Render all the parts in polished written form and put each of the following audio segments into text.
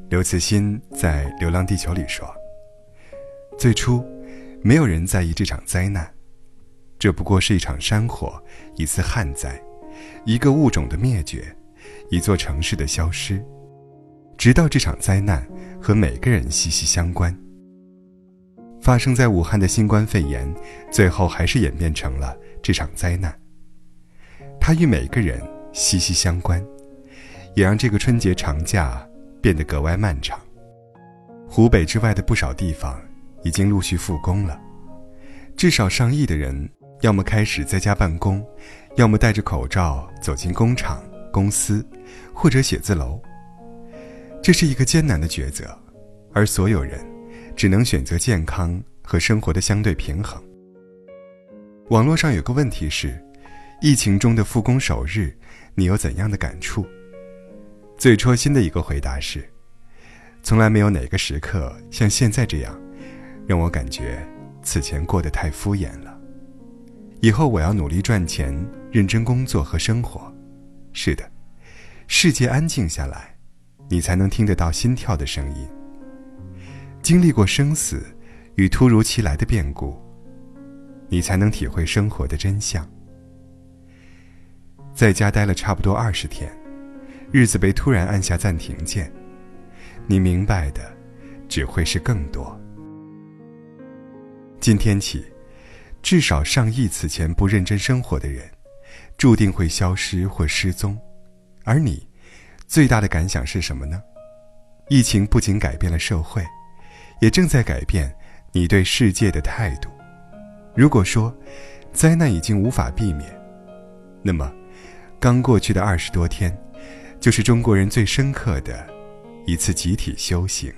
刘慈欣在《流浪地球》里说，最初没有人在意这场灾难，这不过是一场山火，一次旱灾，一个物种的灭绝，一座城市的消失，直到这场灾难和每个人息息相关。发生在武汉的新冠肺炎，最后还是演变成了这场灾难。它与每个人息息相关，也让这个春节长假变得格外漫长。湖北之外的不少地方已经陆续复工了，至少上亿的人要么开始在家办公，要么戴着口罩走进工厂、公司或者写字楼。这是一个艰难的抉择，而所有人只能选择健康和生活的相对平衡。网络上有个问题是，疫情中的复工首日，你有怎样的感触？最戳心的一个回答是，从来没有哪个时刻像现在这样，让我感觉此前过得太敷衍了。以后我要努力赚钱，认真工作和生活。是的，世界安静下来，你才能听得到心跳的声音。经历过生死与突如其来的变故，你才能体会生活的真相。在家待了差不多20天，日子被突然按下暂停键，你明白的只会是更多。今天起，至少上亿此前不认真生活的人注定会消失或失踪。而你最大的感想是什么呢？疫情不仅改变了社会，也正在改变你对世界的态度。如果说灾难已经无法避免，那么刚过去的20多天就是中国人最深刻的一次集体修行。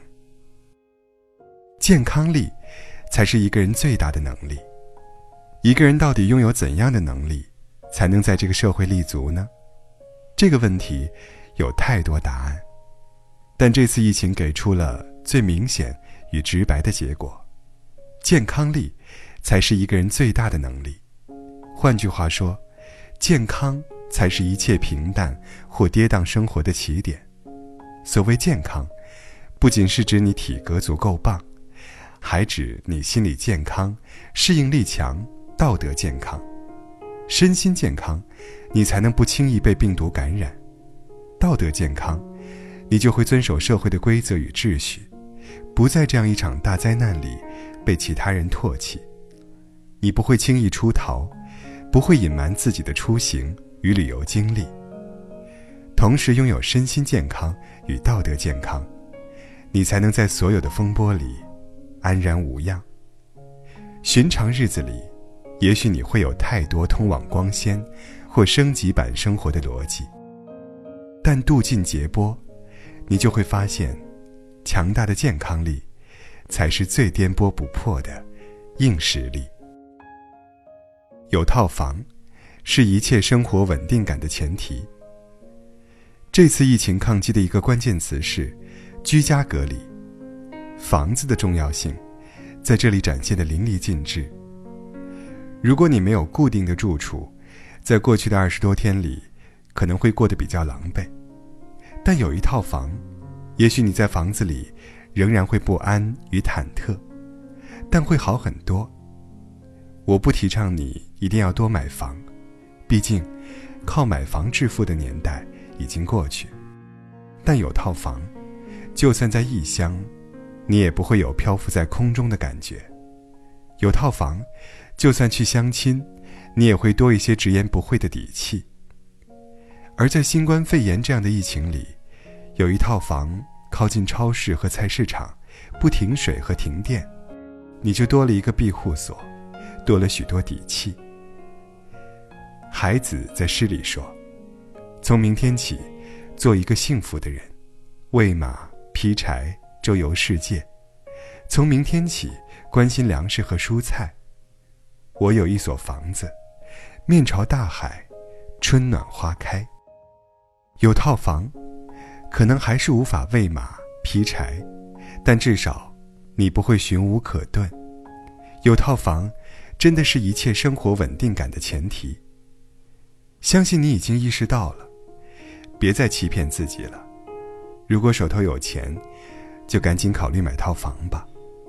健康力才是一个人最大的能力。一个人到底拥有怎样的能力才能在这个社会立足呢？这个问题有太多答案，但这次疫情给出了最明显与直白的结果：健康力才是一个人最大的能力。换句话说，健康才是一切平淡或跌宕生活的起点。所谓健康，不仅是指你体格足够棒，还指你心理健康、适应力强、道德健康。身心健康，你才能不轻易被病毒感染；道德健康，你就会遵守社会的规则与秩序，不在这样一场大灾难里被其他人唾弃。你不会轻易出逃，不会隐瞒自己的出行与旅游经历。同时拥有身心健康与道德健康，你才能在所有的风波里安然无恙。寻常日子里，也许你会有太多通往光鲜或升级版生活的逻辑，但渡尽劫波，你就会发现，强大的健康力才是最颠簸不破的硬实力。有套房是一切生活稳定感的前提。这次疫情抗击的一个关键词是居家隔离，房子的重要性在这里展现得淋漓尽致。如果你没有固定的住处，在过去的20多天里可能会过得比较狼狈，但有一套房，也许你在房子里仍然会不安与忐忑，但会好很多。我不提倡你一定要多买房，毕竟靠买房致富的年代已经过去，但有套房，就算在异乡，你也不会有漂浮在空中的感觉。有套房，就算去相亲，你也会多一些直言不讳的底气。而在新冠肺炎这样的疫情里，有一套房靠近超市和菜市场，不停水和停电，你就多了一个庇护所，多了许多底气。孩子在诗里说，从明天起做一个幸福的人，喂马劈柴周游世界。从明天起关心粮食和蔬菜。我有一所房子，面朝大海，春暖花开。有套房，可能还是无法喂马劈柴，但至少你不会寻无可遁。有套房真的是一切生活稳定感的前提。相信你已经意识到了，别再欺骗自己了。 如果手头有钱，就赶紧考虑买套房吧。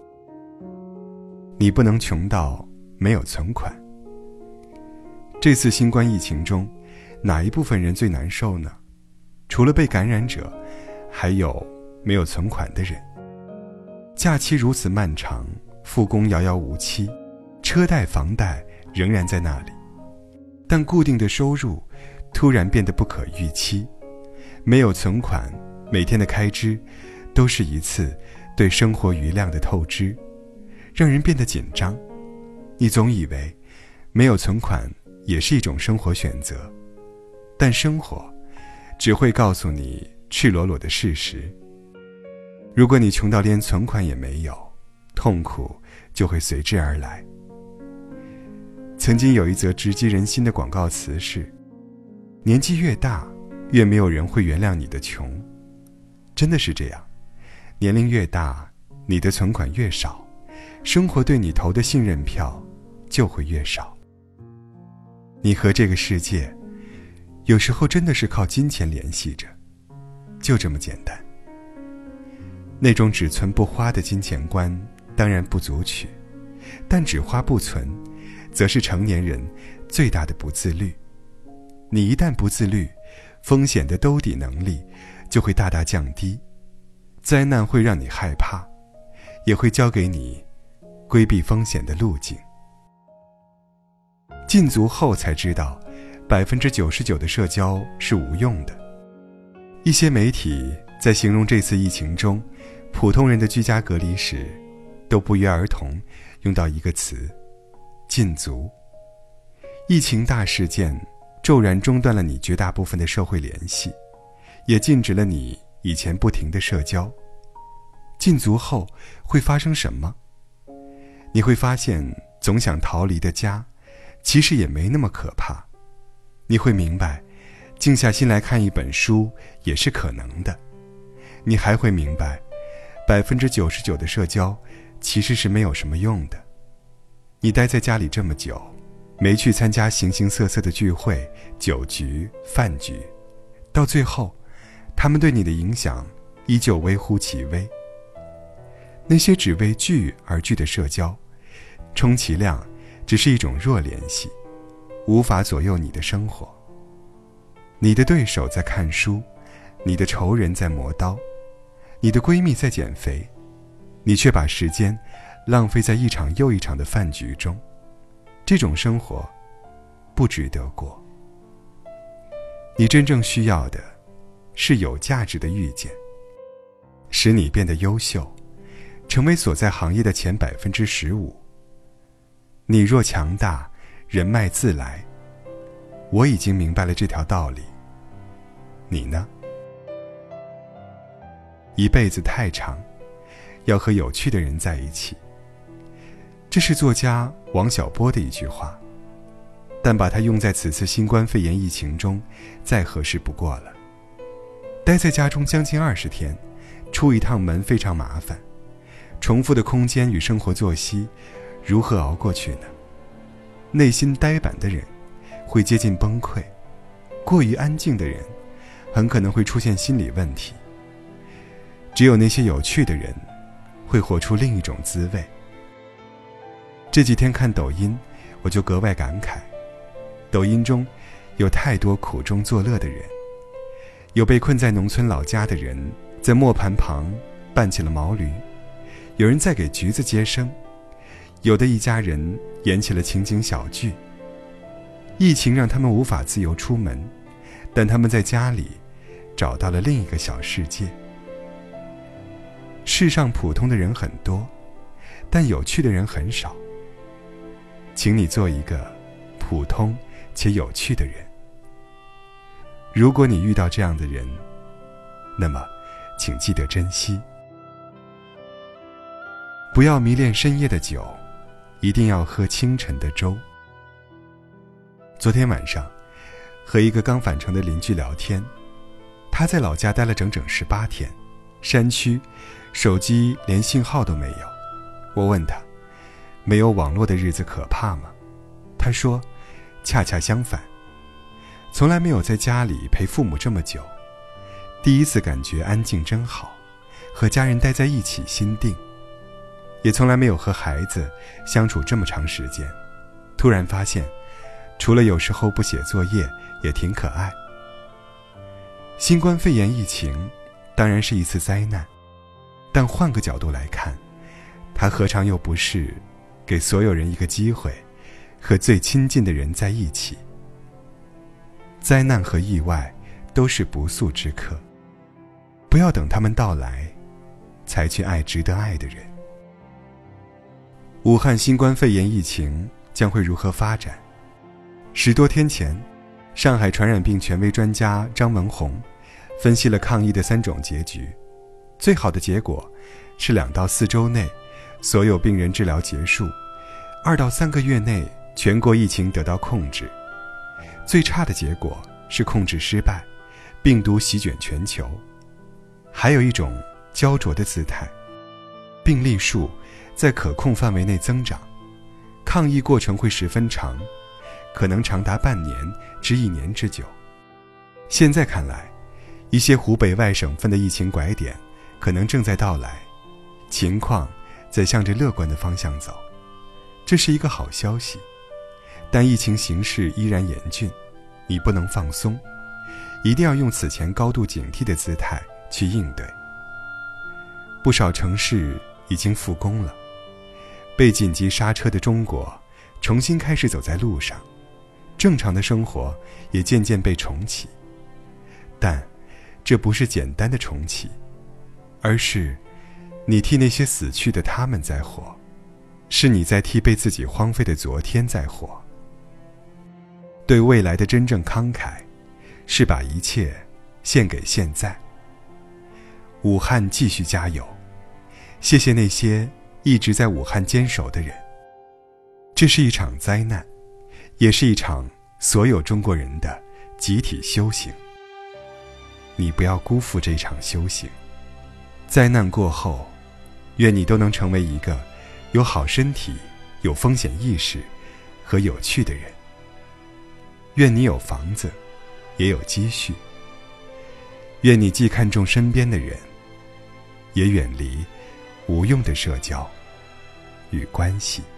你不能穷到没有存款。这次新冠疫情中，哪一部分人最难受呢？除了被感染者，还有没有存款的人。假期如此漫长，复工遥遥无期，车贷房贷仍然在那里，但固定的收入突然变得不可预期，没有存款，每天的开支都是一次对生活余量的透支，让人变得紧张。你总以为没有存款也是一种生活选择，但生活只会告诉你赤裸裸的事实。如果你穷到连存款也没有，痛苦就会随之而来。曾经有一则直击人心的广告词是：年纪越大，越没有人会原谅你的穷。真的是这样，年龄越大，你的存款越少，生活对你投的信任票就会越少。你和这个世界有时候真的是靠金钱联系着，就这么简单。那种只存不花的金钱观当然不足取，但只花不存则是成年人最大的不自律。你一旦不自律，风险的兜底能力就会大大降低，灾难会让你害怕，也会教给你规避风险的路径。禁足后才知道，99%的社交是无用的。一些媒体在形容这次疫情中普通人的居家隔离时，都不约而同用到一个词：禁足。疫情大事件骤然中断了你绝大部分的社会联系，也禁止了你以前不停的社交。禁足后会发生什么？你会发现，总想逃离的家其实也没那么可怕。你会明白，静下心来看一本书也是可能的。你还会明白，99%的社交其实是没有什么用的。你待在家里这么久，没去参加形形色色的聚会、酒局、饭局，到最后，他们对你的影响依旧微乎其微。那些只为聚而聚的社交，充其量只是一种弱联系，无法左右你的生活。你的对手在看书，你的仇人在磨刀，你的闺蜜在减肥，你却把时间浪费在一场又一场的饭局中。这种生活不值得过。你真正需要的是有价值的遇见，使你变得优秀，成为所在行业的前15%。你若强大，人脉自来。我已经明白了这条道理，你呢？一辈子太长，要和有趣的人在一起。这是作家王小波的一句话，但把它用在此次新冠肺炎疫情中，再合适不过了。待在家中将近20天，出一趟门非常麻烦，重复的空间与生活作息，如何熬过去呢？内心呆板的人会接近崩溃，过于安静的人很可能会出现心理问题。只有那些有趣的人会活出另一种滋味。这几天看抖音，我就格外感慨，抖音中有太多苦中作乐的人，有被困在农村老家的人在磨盘旁扮起了毛驴，有人在给橘子接生，有的一家人演起了情景小剧。疫情让他们无法自由出门，但他们在家里找到了另一个小世界。世上普通的人很多，但有趣的人很少。请你做一个普通且有趣的人。如果你遇到这样的人，那么请记得珍惜。不要迷恋深夜的酒，一定要喝清晨的粥。昨天晚上和一个刚返程的邻居聊天，他在老家待了整整18天，山区，手机连信号都没有。我问他，没有网络的日子可怕吗？他说，恰恰相反，从来没有在家里陪父母这么久， 第一次感觉安静真好，和家人待在一起心定，也从来没有和孩子相处这么长时间。突然发现，除了有时候不写作业，也挺可爱。新冠肺炎疫情当然是一次灾难，但换个角度来看，它何尝又不是给所有人一个机会，和最亲近的人在一起。灾难和意外都是不速之客，不要等他们到来才去爱值得爱的人。武汉新冠肺炎疫情将会如何发展？10多天前，上海传染病权威专家张文宏分析了抗疫的3种结局。最好的结果是2到4周内所有病人治疗结束，2到3个月内全国疫情得到控制。最差的结果是控制失败，病毒席卷全球。还有一种焦灼的姿态，病例数在可控范围内增长，抗疫过程会十分长，可能长达半年至1年之久。现在看来，一些湖北外省份的疫情拐点可能正在到来，情况在向着乐观的方向走，这是一个好消息。但疫情形势依然严峻，你不能放松，一定要用此前高度警惕的姿态去应对。不少城市已经复工了，被紧急刹车的中国重新开始走在路上，正常的生活也渐渐被重启。但这不是简单的重启，而是你替那些死去的他们在活，是你在替被自己荒废的昨天在活。对未来的真正慷慨，是把一切献给现在。武汉继续加油，谢谢那些一直在武汉坚守的人。这是一场灾难，也是一场所有中国人的集体修行。你不要辜负这场修行。灾难过后，愿你都能成为一个有好身体、有风险意识和有趣的人。愿你有房子，也有积蓄。愿你既看重身边的人，也远离无用的社交与关系。